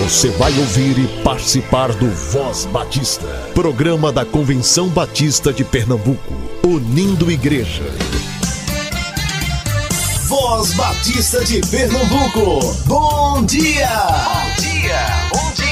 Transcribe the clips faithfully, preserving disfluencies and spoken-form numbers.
Você vai ouvir e participar do Voz Batista, programa da Convenção Batista de Pernambuco, unindo igreja. Voz Batista de Pernambuco, bom dia! Bom dia, bom dia!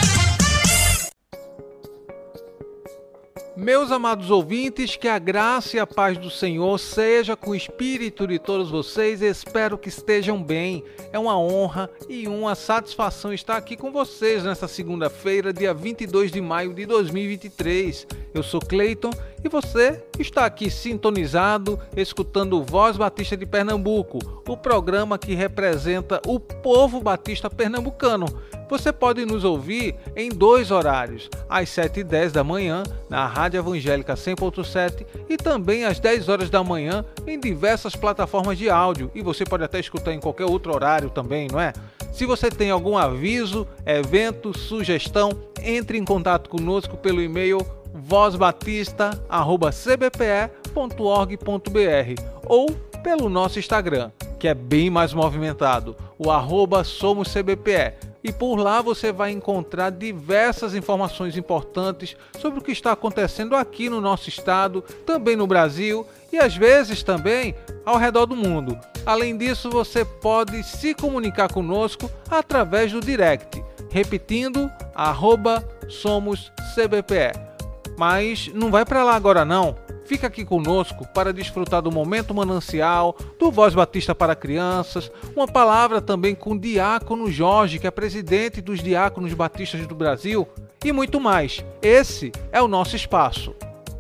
Meus amados ouvintes, que a graça e a paz do Senhor seja com o espírito de todos vocês. Espero que estejam bem. É uma honra e uma satisfação estar aqui com vocês nesta segunda-feira, dia vinte e dois de maio de dois mil e vinte e três. Eu sou Cleiton e você está aqui sintonizado, escutando o Voz Batista de Pernambuco, o programa que representa o povo batista pernambucano. Você pode nos ouvir em dois horários, às sete e dez da manhã, na Rádio Evangélica cem ponto sete e também às dez horas da manhã em diversas plataformas de áudio. E você pode até escutar em qualquer outro horário também, não é? Se você tem algum aviso, evento, sugestão, entre em contato conosco pelo e-mail voz batista arroba c b p e ponto org ponto b r ou pelo nosso Instagram, que é bem mais movimentado, o arroba somos C B P E. E por lá você vai encontrar diversas informações importantes sobre o que está acontecendo aqui no nosso estado, também no Brasil e às vezes também ao redor do mundo. Além disso, você pode se comunicar conosco através do direct, repetindo, arroba somos C B P E. Mas não vai para lá agora não. Fica aqui conosco para desfrutar do Momento Manancial, do Voz Batista para Crianças, uma palavra também com o Diácono Jorge, que é presidente dos Diáconos Batistas do Brasil, e muito mais. Esse é o nosso espaço.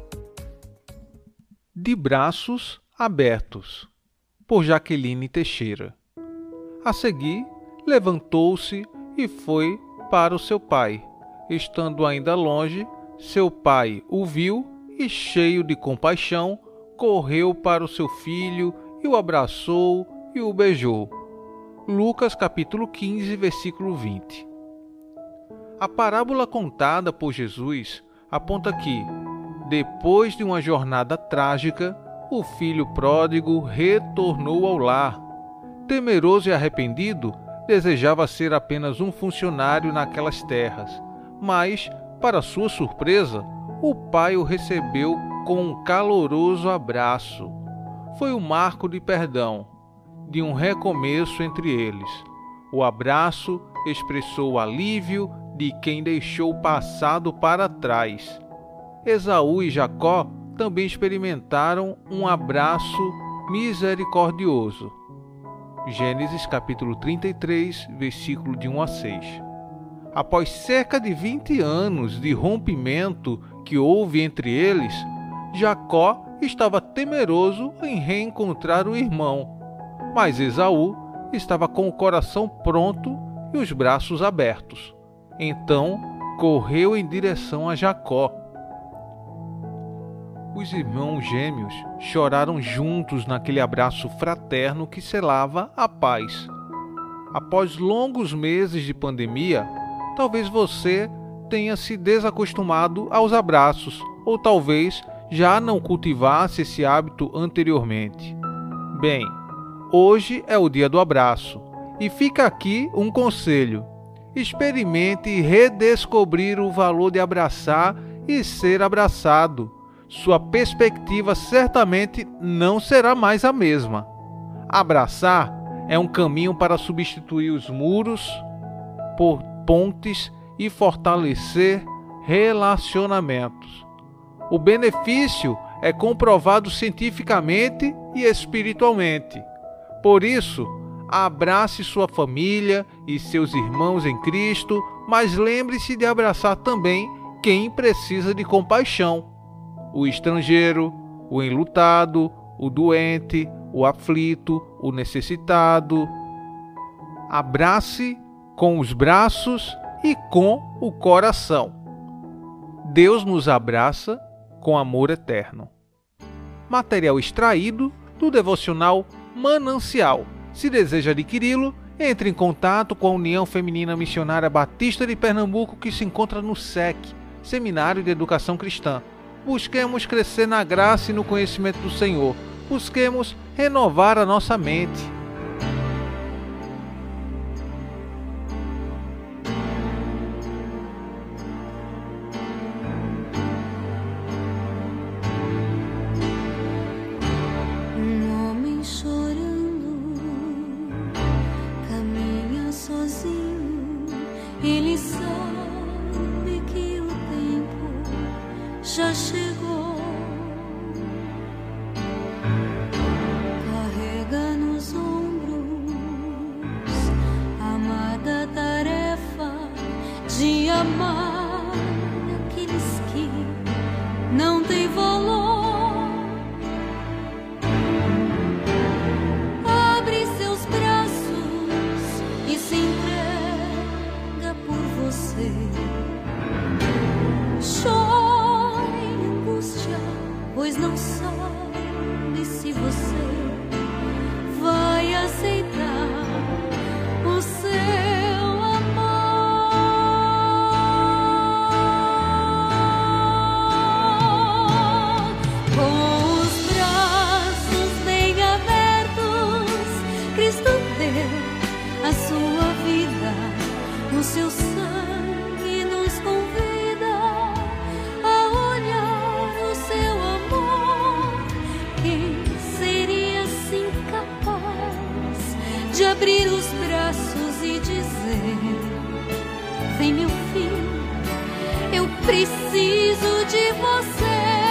De Braços Abertos, por Jaqueline Teixeira. A seguir, levantou-se e foi para o seu pai. Estando ainda longe, seu pai o viu e, cheio de compaixão, correu para o seu filho e o abraçou e o beijou. Lucas capítulo quinze, versículo vinte. A parábola contada por Jesus aponta que, depois de uma jornada trágica, o filho pródigo retornou ao lar. Temeroso e arrependido, desejava ser apenas um funcionário naquelas terras, mas, para sua surpresa, o pai o recebeu com um caloroso abraço. Foi um marco de perdão, de um recomeço entre eles. O abraço expressou o alívio de quem deixou o passado para trás. Esaú e Jacó também experimentaram um abraço misericordioso. Gênesis capítulo trinta e três, versículo de um a seis. Após cerca de vinte anos de rompimento que houve entre eles, Jacó estava temeroso em reencontrar o irmão, mas Esaú estava com o coração pronto e os braços abertos. Então correu em direção a Jacó. Os irmãos gêmeos choraram juntos naquele abraço fraterno que selava a paz. Após longos meses de pandemia, talvez você tenha se desacostumado aos abraços, ou talvez já não cultivasse esse hábito anteriormente. Bem, hoje é o dia do abraço, e fica aqui um conselho. Experimente redescobrir o valor de abraçar e ser abraçado. Sua perspectiva certamente não será mais a mesma. Abraçar é um caminho para substituir os muros por pontes e fortalecer relacionamentos. O benefício é comprovado cientificamente e espiritualmente. Por isso, abrace sua família e seus irmãos em Cristo, mas lembre-se de abraçar também quem precisa de compaixão: o estrangeiro, o enlutado, o doente, o aflito, o necessitado. Abrace com os braços e com o coração. Deus nos abraça com amor eterno. Material extraído do devocional Manancial. Se deseja adquiri-lo, entre em contato com a União Feminina Missionária Batista de Pernambuco, que se encontra no S E C, Seminário de Educação Cristã. Busquemos crescer na graça e no conhecimento do Senhor. Busquemos renovar a nossa mente. já chegou. Carrega nos ombros a amada tarefa de amar aqueles que não têm valor. Abre seus braços e se entrega por você. Chora em angústia, pois não sabe se você vai aceitar o seu amor. Com os braços bem abertos, Cristo deu a sua vida, no seu sangue nos convida a olhar o seu amor. Quem seria assim capaz de abrir os braços e dizer: vem, meu filho, eu preciso de você.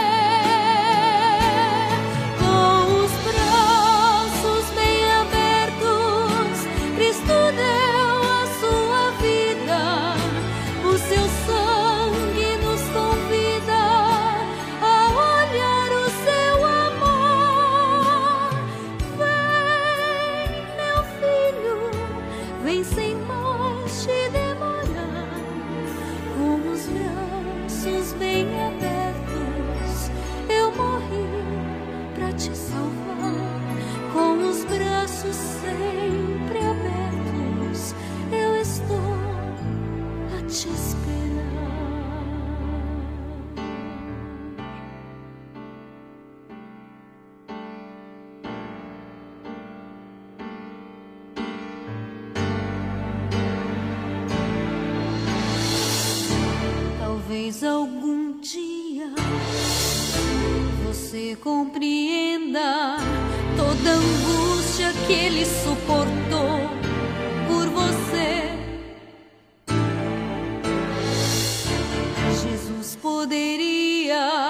Com os braços bem abertos, Cristo deu a sua vida, o seu sangue nos convida a olhar o seu amor. Vem, meu filho, vem sem mais te demorar. Com os braços bem abertos, eu morri pra te salvar. Com os braços sempre abertos, eu estou a te esperar. Talvez algum dia você compreenda toda a angústia que ele suportou por você. Jesus poderia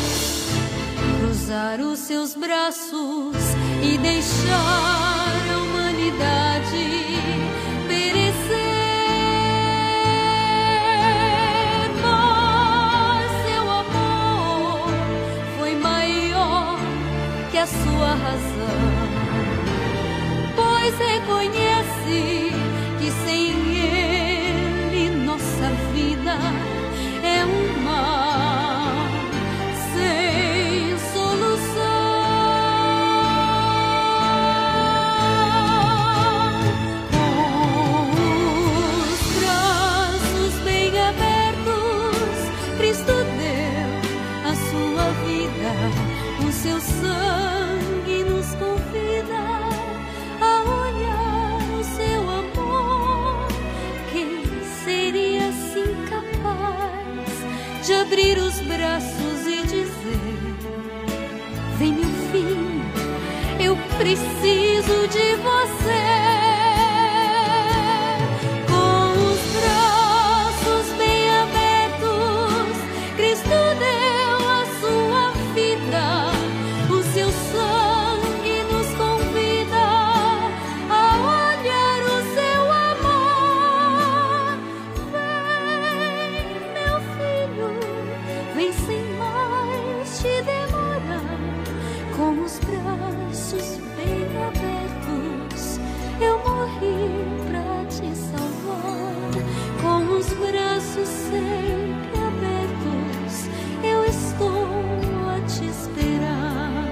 cruzar os seus braços e deixar a humanidade perecer. Mas seu amor foi maior que a sua razão, pois reconhece que sem ele nossa vida é um mar sem solução. Com os braços bem abertos, Cristo deu a sua vida, o seu sangue nos convida a olhar o seu amor. Quem seria assim capaz de abrir os braços e dizer: vem, meu filho, eu preciso de você. Com os braços bem abertos, Cristo deu a sua vida, o seu sangue nos convida a olhar o seu amor. Vem, meu filho, vem sem mais te demorar. Com os braços bem abertos, eu morri pra te salvar. Com os braços sempre abertos, eu estou a te esperar.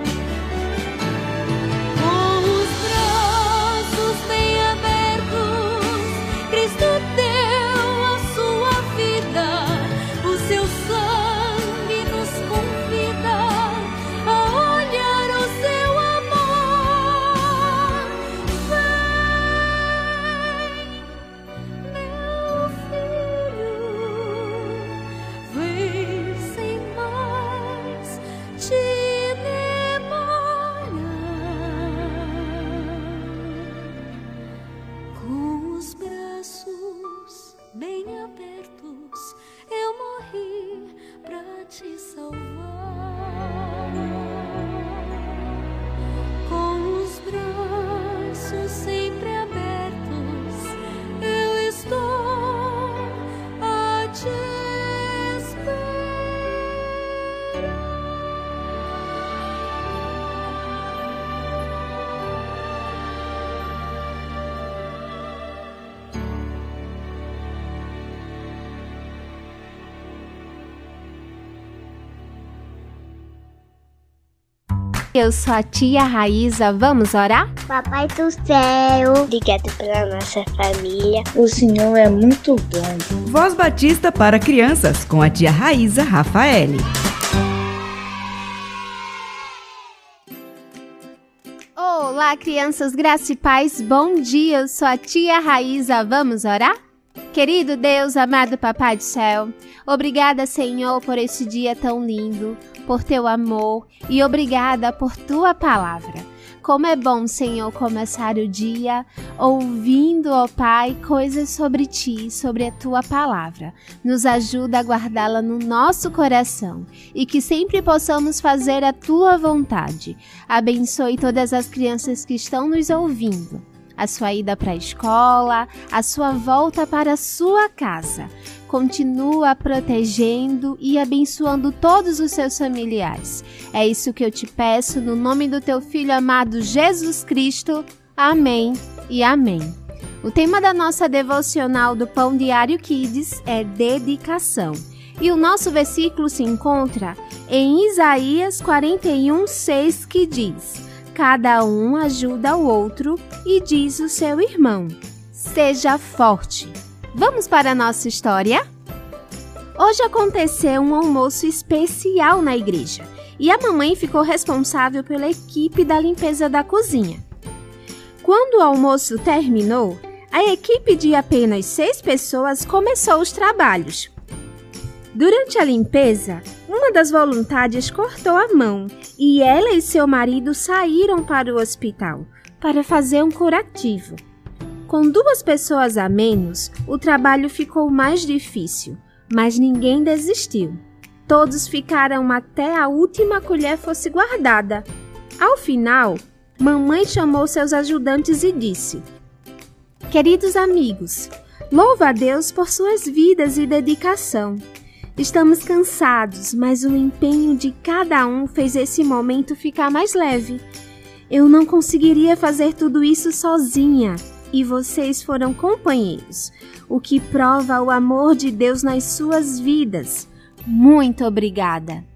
Com os braços bem abertos, Cristo deu a sua vida, o seu sangue nos convida a olhar o seu amor. Vem, meu filho, vem sem mais te demorar. Com os braços Eu sou a tia Raíza, vamos orar? Papai do céu, obrigado pela nossa família. O Senhor é muito bom. Voz Batista para crianças, com a tia Raíza Rafaele. Olá, crianças, graça e paz, bom dia, eu sou a tia Raíza, vamos orar? Querido Deus, amado Papai do Céu, obrigada, Senhor, por esse dia tão lindo, por teu amor e obrigada por tua palavra. Como é bom, Senhor, começar o dia ouvindo, ó Pai, coisas sobre Ti, sobre a Tua palavra. Nos ajuda a guardá-la no nosso coração e que sempre possamos fazer a Tua vontade. Abençoe todas as crianças que estão nos ouvindo, a sua ida para a escola, a sua volta para a sua casa. Continua protegendo e abençoando todos os seus familiares. É isso que eu te peço no nome do teu Filho amado Jesus Cristo. Amém e amém. O tema da nossa devocional do Pão Diário Kids é dedicação. E o nosso versículo se encontra em Isaías quarenta e um, seis, que diz: cada um ajuda o outro e diz o seu irmão: seja forte. Vamos para a nossa história? Hoje aconteceu um almoço especial na igreja e a mamãe ficou responsável pela equipe da limpeza da cozinha. Quando o almoço terminou, a equipe de apenas seis pessoas começou os trabalhos. Durante a limpeza, uma das voluntárias cortou a mão e ela e seu marido saíram para o hospital para fazer um curativo. Com duas pessoas a menos, o trabalho ficou mais difícil, mas ninguém desistiu. Todos ficaram até a última colher fosse guardada. Ao final, mamãe chamou seus ajudantes e disse: queridos amigos, louvo a Deus por suas vidas e dedicação. Estamos cansados, mas o empenho de cada um fez esse momento ficar mais leve. Eu não conseguiria fazer tudo isso sozinha. E vocês foram companheiros, o que prova o amor de Deus nas suas vidas. Muito obrigada.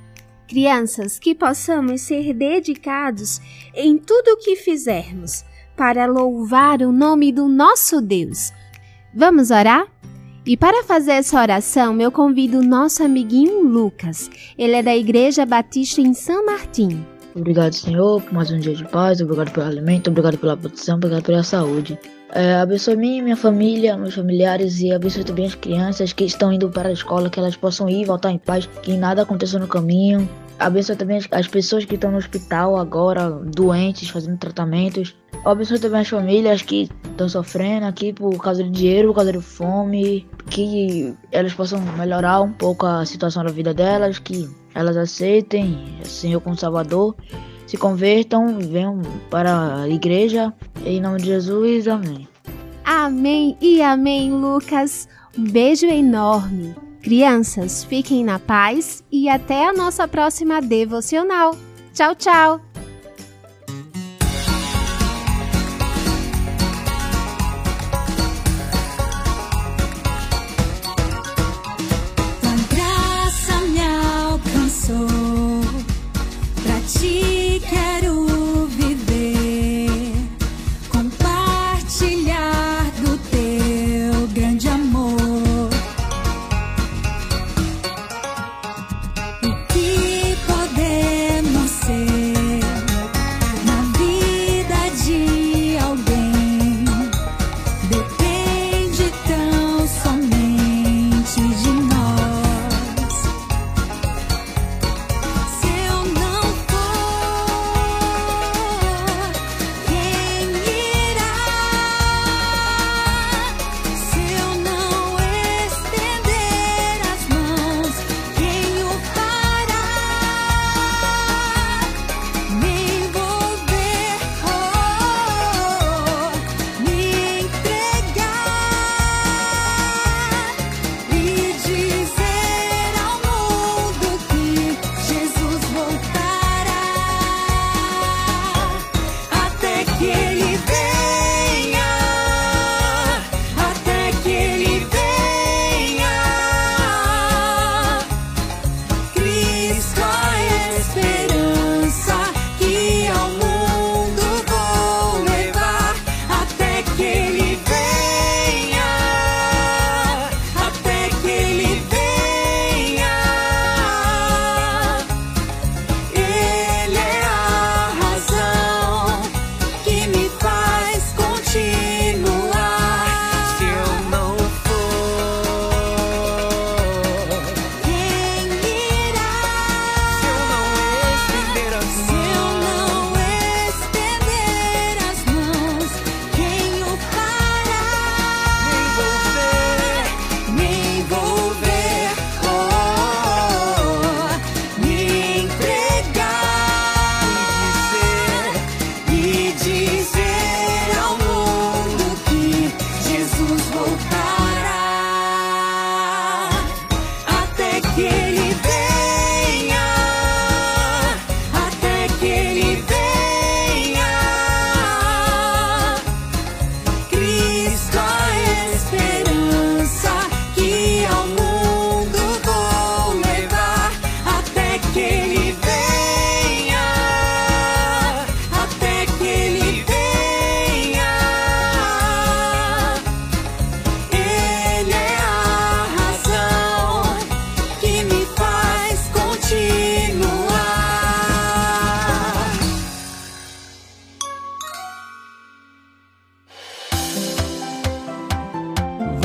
Crianças, que possamos ser dedicados em tudo o que fizermos para louvar o nome do nosso Deus. Vamos orar? E para fazer essa oração, eu convido o nosso amiguinho Lucas. Ele é da Igreja Batista em São Martim. Obrigado, Senhor, por mais um dia de paz. Obrigado pelo alimento, obrigado pela proteção, obrigado pela saúde. É, abençoe mim, minha família, meus familiares e abençoe também as crianças que estão indo para a escola, que elas possam ir e voltar em paz, que nada aconteça no caminho. Abençoe também as, as pessoas que estão no hospital agora, doentes, fazendo tratamentos. Abençoe também as famílias que estão sofrendo aqui por causa de dinheiro, por causa de fome, que elas possam melhorar um pouco a situação da vida delas, que elas aceitem o Senhor como Salvador, se convertam, venham para a igreja, em nome de Jesus, amém. Amém e amém, Lucas. Um beijo enorme. Crianças, fiquem na paz e até a nossa próxima devocional. Tchau, tchau! Pra ti quero viver, compartilhar do teu grande amor. O que podemos ser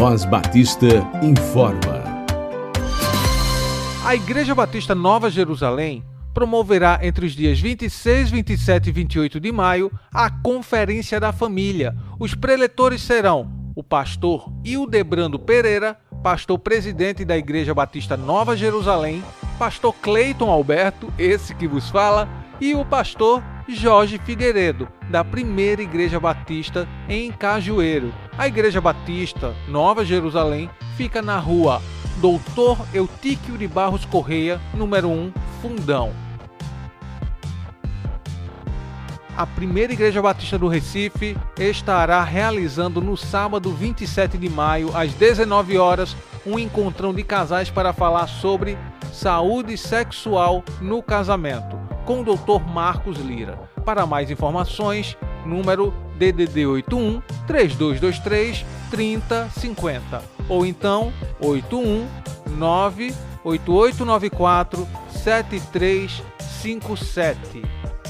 Voz Batista informa. A Igreja Batista Nova Jerusalém promoverá entre os dias vinte e seis, vinte e sete e vinte e oito de maio a Conferência da Família. Os preletores serão o pastor Hildebrando Pereira, pastor presidente da Igreja Batista Nova Jerusalém, pastor Cleiton Alberto, esse que vos fala, e o pastor Jorge Figueiredo, da Primeira Igreja Batista em Cajueiro. A Igreja Batista Nova Jerusalém fica na rua Doutor Eutíquio de Barros Correia, número um, Fundão. A Primeira Igreja Batista do Recife estará realizando no sábado vinte e sete de maio, às dezenove horas, um encontrão de casais para falar sobre saúde sexual no casamento, com o doutor Marcos Lira. Para mais informações, número D D D oito um, três dois dois três, três zero cinco zero ou então oito um nove oito oito nove quatro sete três cinco sete.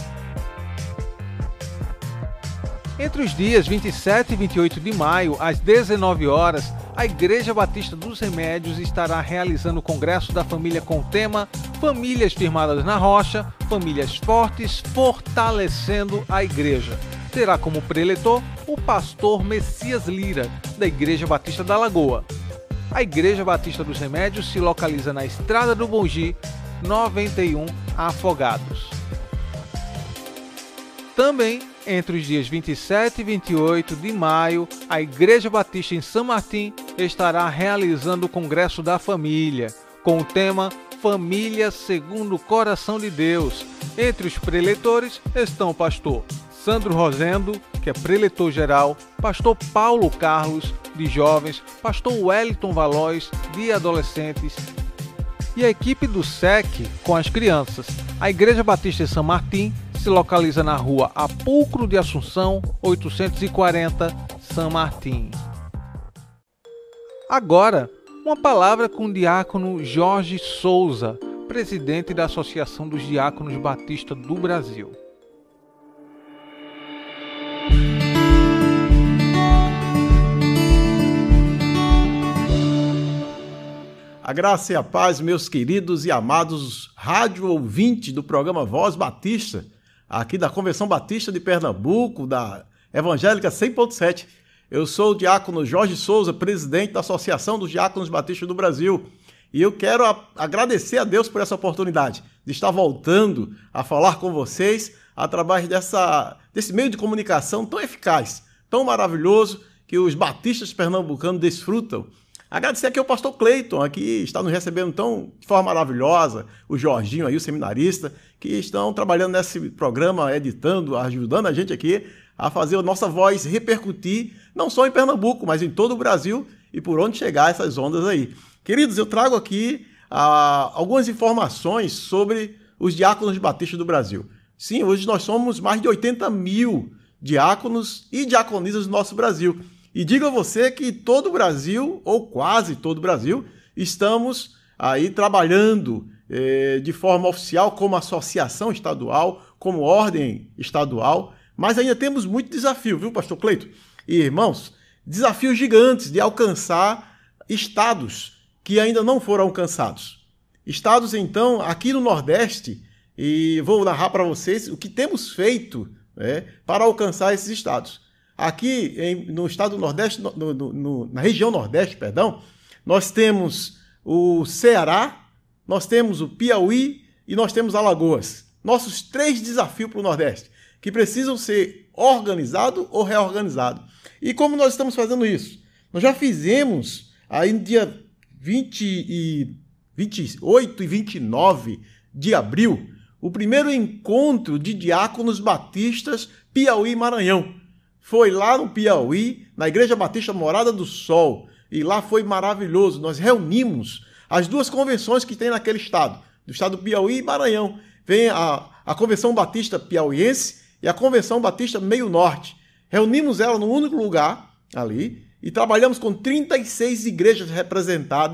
Entre os dias vinte e sete e vinte e oito de maio, às dezenove horas, a Igreja Batista dos Remédios estará realizando o Congresso da Família com o tema Famílias Firmadas na Rocha, Famílias Fortes, Fortalecendo a Igreja. Terá como preletor o pastor Messias Lira, da Igreja Batista da Lagoa. A Igreja Batista dos Remédios se localiza na Estrada do Bongi, noventa e um, Afogados. Também, entre os dias vinte e sete e vinte e oito de maio, a Igreja Batista em São Martim estará realizando o Congresso da Família, com o tema Família segundo o Coração de Deus. Entre os preletores estão o pastor Sandro Rosendo, que é preletor geral, pastor Paulo Carlos, de jovens, pastor Wellington Valois, de adolescentes, e a equipe do S E C com as crianças. A Igreja Batista em São Martim se localiza na rua Apulcro de Assunção, oitocentos e quarenta, São Martim. Agora, uma palavra com o diácono Jorge Souza, presidente da Associação dos Diáconos Batista do Brasil. A graça e a paz, meus queridos e amados rádio ouvintes do programa Voz Batista, aqui da Convenção Batista de Pernambuco, da Evangélica cem ponto sete. Eu sou o diácono Jorge Souza, presidente da Associação dos Diáconos Batistas do Brasil, e eu quero a- agradecer a Deus por essa oportunidade de estar voltando a falar com vocês através dessa, desse meio de comunicação tão eficaz, tão maravilhoso, que os batistas pernambucanos desfrutam. Agradecer aqui ao pastor Cleiton, aqui está nos recebendo tão, de forma maravilhosa, o Jorginho aí, o seminarista, que estão trabalhando nesse programa, editando, ajudando a gente aqui a fazer a nossa voz repercutir, não só em Pernambuco, mas em todo o Brasil e por onde chegar essas ondas aí. Queridos, eu trago aqui ah, algumas informações sobre os diáconos batistas do Brasil. Sim, hoje nós somos mais de oitenta mil diáconos e diaconisas do nosso Brasil. E digo a você que todo o Brasil, ou quase todo o Brasil, estamos aí trabalhando eh, de forma oficial como associação estadual, como ordem estadual, mas ainda temos muito desafio, viu, pastor Cleiton? E irmãos, desafios gigantes de alcançar estados que ainda não foram alcançados. Estados, então, aqui no Nordeste, e vou narrar para vocês o que temos feito, né, para alcançar esses estados. Aqui em, no estado do Nordeste, no, no, no, na região Nordeste, perdão, nós temos o Ceará, nós temos o Piauí e nós temos Alagoas. Nossos três desafios para o Nordeste, que precisam ser organizados ou reorganizados. E como nós estamos fazendo isso? Nós já fizemos aí no dia vinte e, vinte e oito e vinte e nove de abril o primeiro encontro de diáconos batistas Piauí e Maranhão. Foi lá no Piauí, na Igreja Batista Morada do Sol, e lá foi maravilhoso. Nós reunimos as duas convenções que tem naquele estado, do estado do Piauí e Maranhão. Vem a, a Convenção Batista Piauiense e a Convenção Batista Meio Norte. Reunimos ela num único lugar ali e trabalhamos com trinta e seis igrejas representadas,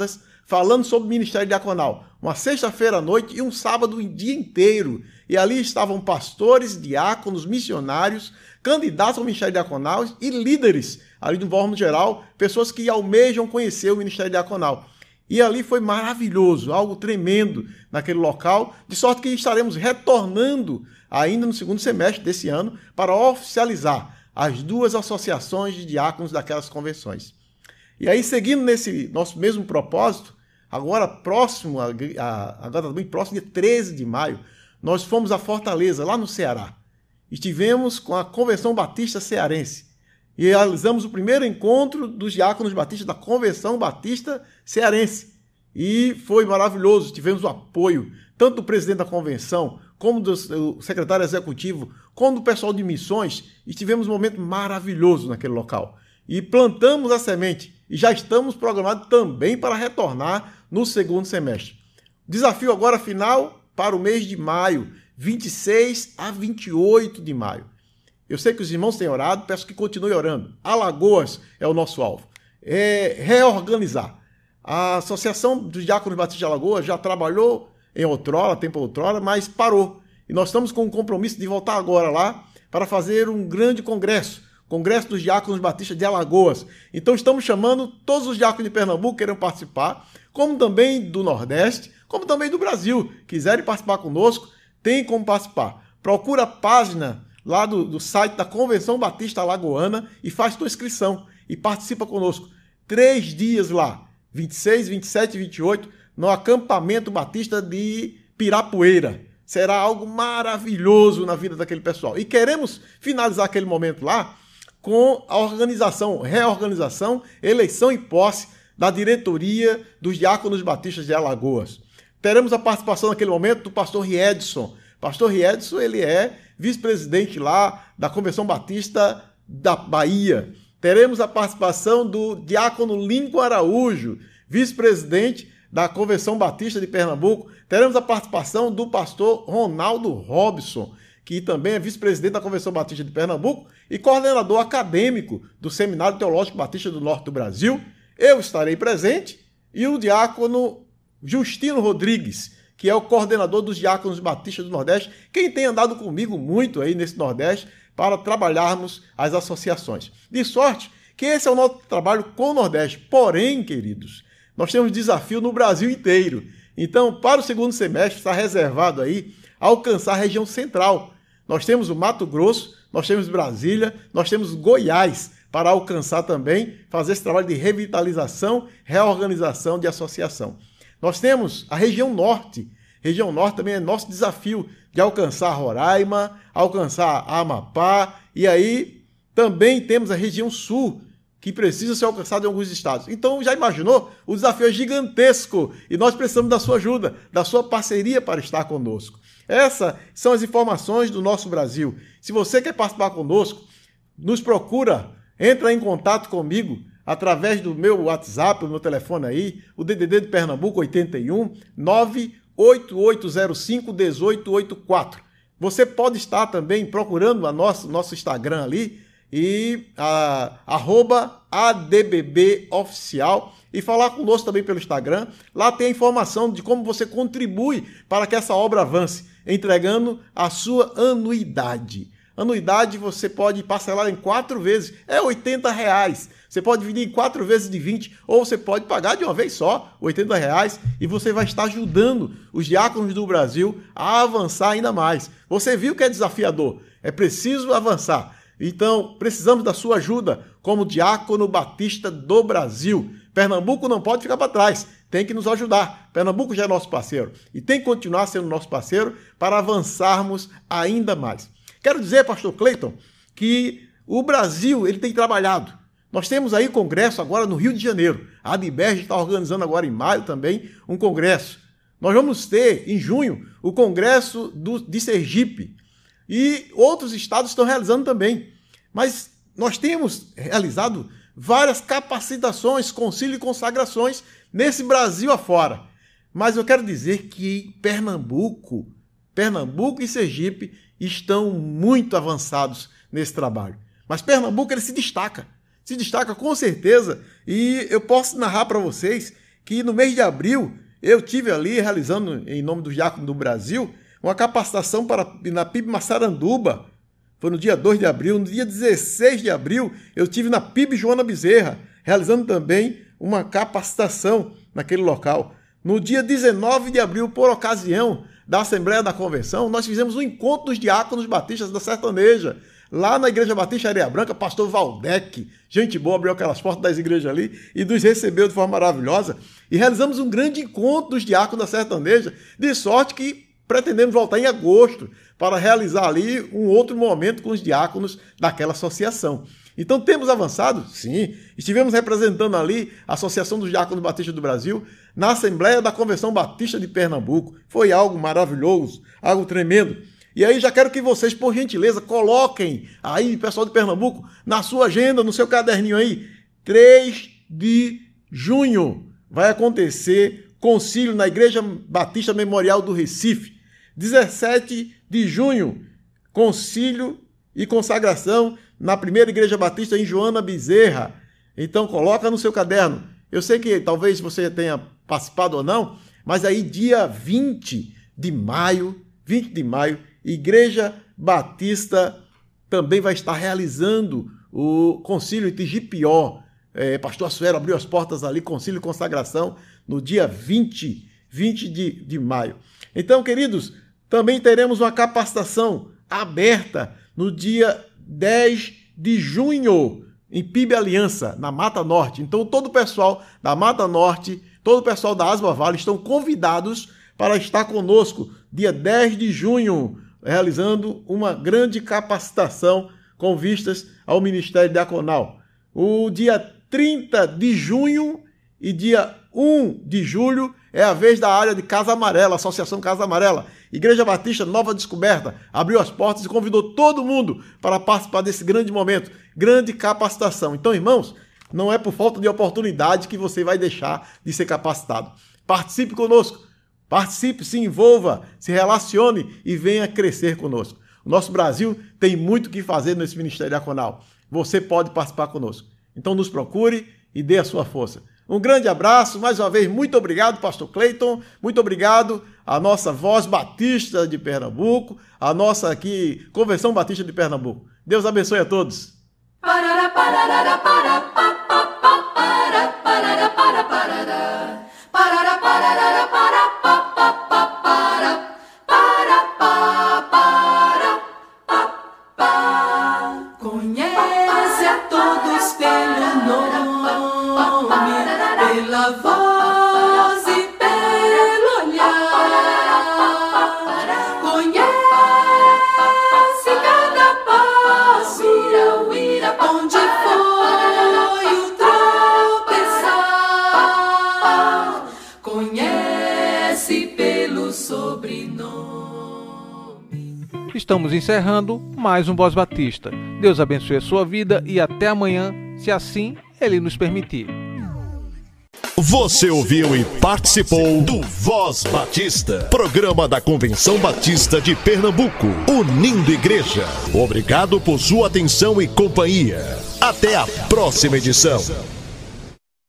falando sobre o Ministério Diaconal. Uma sexta-feira à noite e um sábado o dia inteiro. E ali estavam pastores, diáconos, missionários, candidatos ao Ministério Diaconal e líderes, ali de um modo geral, pessoas que almejam conhecer o Ministério Diaconal. E ali foi maravilhoso, algo tremendo naquele local, de sorte que estaremos retornando ainda no segundo semestre desse ano para oficializar as duas associações de diáconos daquelas convenções. E aí, seguindo nesse nosso mesmo propósito, agora próximo, a, a, agora bem próximo, dia treze de maio, nós fomos a Fortaleza, lá no Ceará. Estivemos com a Convenção Batista Cearense e realizamos o primeiro encontro dos diáconos batistas da Convenção Batista Cearense. E foi maravilhoso, tivemos o apoio tanto do presidente da convenção, como do secretário executivo, como do pessoal de missões, e tivemos um momento maravilhoso naquele local. E plantamos a semente, e já estamos programados também para retornar no segundo semestre. Desafio agora final para o mês de maio, vinte e seis a vinte e oito de maio. Eu sei que os irmãos têm orado, peço que continuem orando. Alagoas é o nosso alvo. É reorganizar. A Associação dos Diáconos Batistas de Alagoas já trabalhou em outrora, tempo outrora, mas parou. E nós estamos com um compromisso de voltar agora lá para fazer um grande congresso, Congresso dos Diáconos Batistas de Alagoas. Então estamos chamando todos os diáconos de Pernambuco que queiram participar, como também do Nordeste, como também do Brasil. Quiserem participar conosco, tem como participar. Procura a página lá do, do site da Convenção Batista Alagoana e faz tua inscrição e participa conosco. Três dias lá, vinte e seis, vinte e sete e vinte e oito, no acampamento batista de Pirapoeira. Será algo maravilhoso na vida daquele pessoal. E queremos finalizar aquele momento lá com a organização, reorganização, eleição e posse da diretoria dos Diáconos Batistas de Alagoas. Teremos a participação naquele momento do pastor Riedson. Pastor Riedson, ele é vice-presidente lá da Convenção Batista da Bahia. Teremos a participação do diácono Lincoln Araújo, vice-presidente da Convenção Batista de Pernambuco. Teremos a participação do pastor Ronaldo Robson, que também é vice-presidente da Convenção Batista de Pernambuco e coordenador acadêmico do Seminário Teológico Batista do Norte do Brasil. Eu estarei presente e o diácono Justino Rodrigues, que é o coordenador dos Diáconos Batistas do Nordeste, quem tem andado comigo muito aí nesse Nordeste para trabalharmos as associações. De sorte que esse é o nosso trabalho com o Nordeste. Porém, queridos, nós temos desafio no Brasil inteiro. Então, para o segundo semestre, está reservado aí alcançar a região central. Nós temos o Mato Grosso, nós temos Brasília, nós temos Goiás, para alcançar também, fazer esse trabalho de revitalização, reorganização de associação. Nós temos a região norte. Região norte também é nosso desafio de alcançar Roraima, alcançar Amapá, e aí também temos a região sul, que precisa ser alcançada em alguns estados. Então, já imaginou? O desafio é gigantesco e nós precisamos da sua ajuda, da sua parceria para estar conosco. Essas são as informações do nosso Brasil. Se você quer participar conosco, nos procura, entra em contato comigo através do meu WhatsApp, o meu telefone aí, o D D D de Pernambuco, oitenta e um, nove oito oito zero cinco, um oito oito quatro. Você pode estar também procurando a nosso, nosso Instagram ali, e a, arroba A D B B oficial, e falar conosco também pelo Instagram. Lá tem a informação de como você contribui para que essa obra avance, entregando a sua anuidade. Anuidade você pode parcelar em quatro vezes, é oitenta reais. Você pode dividir em quatro vezes de vinte, ou você pode pagar de uma vez só, oitenta reais, e você vai estar ajudando os diáconos do Brasil a avançar ainda mais. Você viu que é desafiador, é preciso avançar. Então, precisamos da sua ajuda como diácono batista do Brasil. Pernambuco não pode ficar para trás, tem que nos ajudar. Pernambuco já é nosso parceiro e tem que continuar sendo nosso parceiro para avançarmos ainda mais. Quero dizer, pastor Cleiton, que o Brasil ele tem trabalhado. Nós temos aí congresso agora no Rio de Janeiro. A Adberge está organizando agora em maio também um congresso. Nós vamos ter, em junho, o congresso do, de Sergipe. E outros estados estão realizando também. Mas nós temos realizado várias capacitações, concílio e consagrações nesse Brasil afora. Mas eu quero dizer que Pernambuco, Pernambuco e Sergipe estão muito avançados nesse trabalho. Mas Pernambuco ele se destaca, se destaca com certeza. E eu posso narrar para vocês que no mês de abril eu tive ali realizando, em nome dos diáconos do Brasil, uma capacitação para, na P I B Massaranduba. Foi no dia dois de abril. No dia dezesseis de abril, eu tive na P I B Joana Bezerra, realizando também uma capacitação naquele local. No dia dezenove de abril, por ocasião da Assembleia da Convenção, nós fizemos um encontro dos diáconos batistas da Sertaneja, lá na Igreja Batista Areia Branca. Pastor Valdec, gente boa, abriu aquelas portas das igrejas ali e nos recebeu de forma maravilhosa. E realizamos um grande encontro dos diáconos da Sertaneja, de sorte que pretendemos voltar em agosto para realizar ali um outro momento com os diáconos daquela associação. Então temos avançado? Sim. Estivemos representando ali a Associação dos Diáconos Batistas do Brasil na Assembleia da Convenção Batista de Pernambuco. Foi algo maravilhoso, algo tremendo. E aí já quero que vocês, por gentileza, coloquem aí, pessoal de Pernambuco, na sua agenda, no seu caderninho aí, três de junho vai acontecer concílio na Igreja Batista Memorial do Recife. dezessete de junho, concílio e consagração na primeira Igreja Batista em Joana Bezerra. Então coloca no seu caderno. Eu sei que talvez você tenha participado ou não, mas aí dia vinte de maio, vinte de maio, Igreja Batista também vai estar realizando o concílio em Tigipió. É, Pastor Assuero abriu as portas ali, concílio e consagração, no dia vinte, vinte de maio. Então, queridos, também teremos uma capacitação aberta no dia dez de junho, em P I B Aliança, na Mata Norte. Então, todo o pessoal da Mata Norte, todo o pessoal da Asma Vale estão convidados para estar conosco, dia dez de junho, realizando uma grande capacitação com vistas ao Ministério Diaconal. O dia trinta de junho e dia um de julho é a vez da área de Casa Amarela, Associação Casa Amarela. Igreja Batista Nova Descoberta abriu as portas e convidou todo mundo para participar desse grande momento, grande capacitação. Então, irmãos, não é por falta de oportunidade que você vai deixar de ser capacitado. Participe conosco, participe, se envolva, se relacione e venha crescer conosco. O nosso Brasil tem muito o que fazer nesse Ministério Diaconal. Você pode participar conosco. Então nos procure e dê a sua força. Um grande abraço, mais uma vez, muito obrigado, pastor Cleiton, muito obrigado à nossa Voz Batista de Pernambuco, à nossa aqui Convenção Batista de Pernambuco. Deus abençoe a todos. Parará, parará, parará, parará, parará, parará, parará, parará, parará, parará, parará, parará, parará, parará. Conhece a todos pelo nome, pela voz e pelo olhar. Conhece cada passo, onde foi o tropeçar. Conhece pelo sobrenome. Estamos encerrando mais um Voz Batista. Deus abençoe a sua vida e até amanhã, se assim Ele nos permitir. Você ouviu e participou do Voz Batista, programa da Convenção Batista de Pernambuco, unindo igreja. Obrigado por sua atenção e companhia. Até a próxima edição.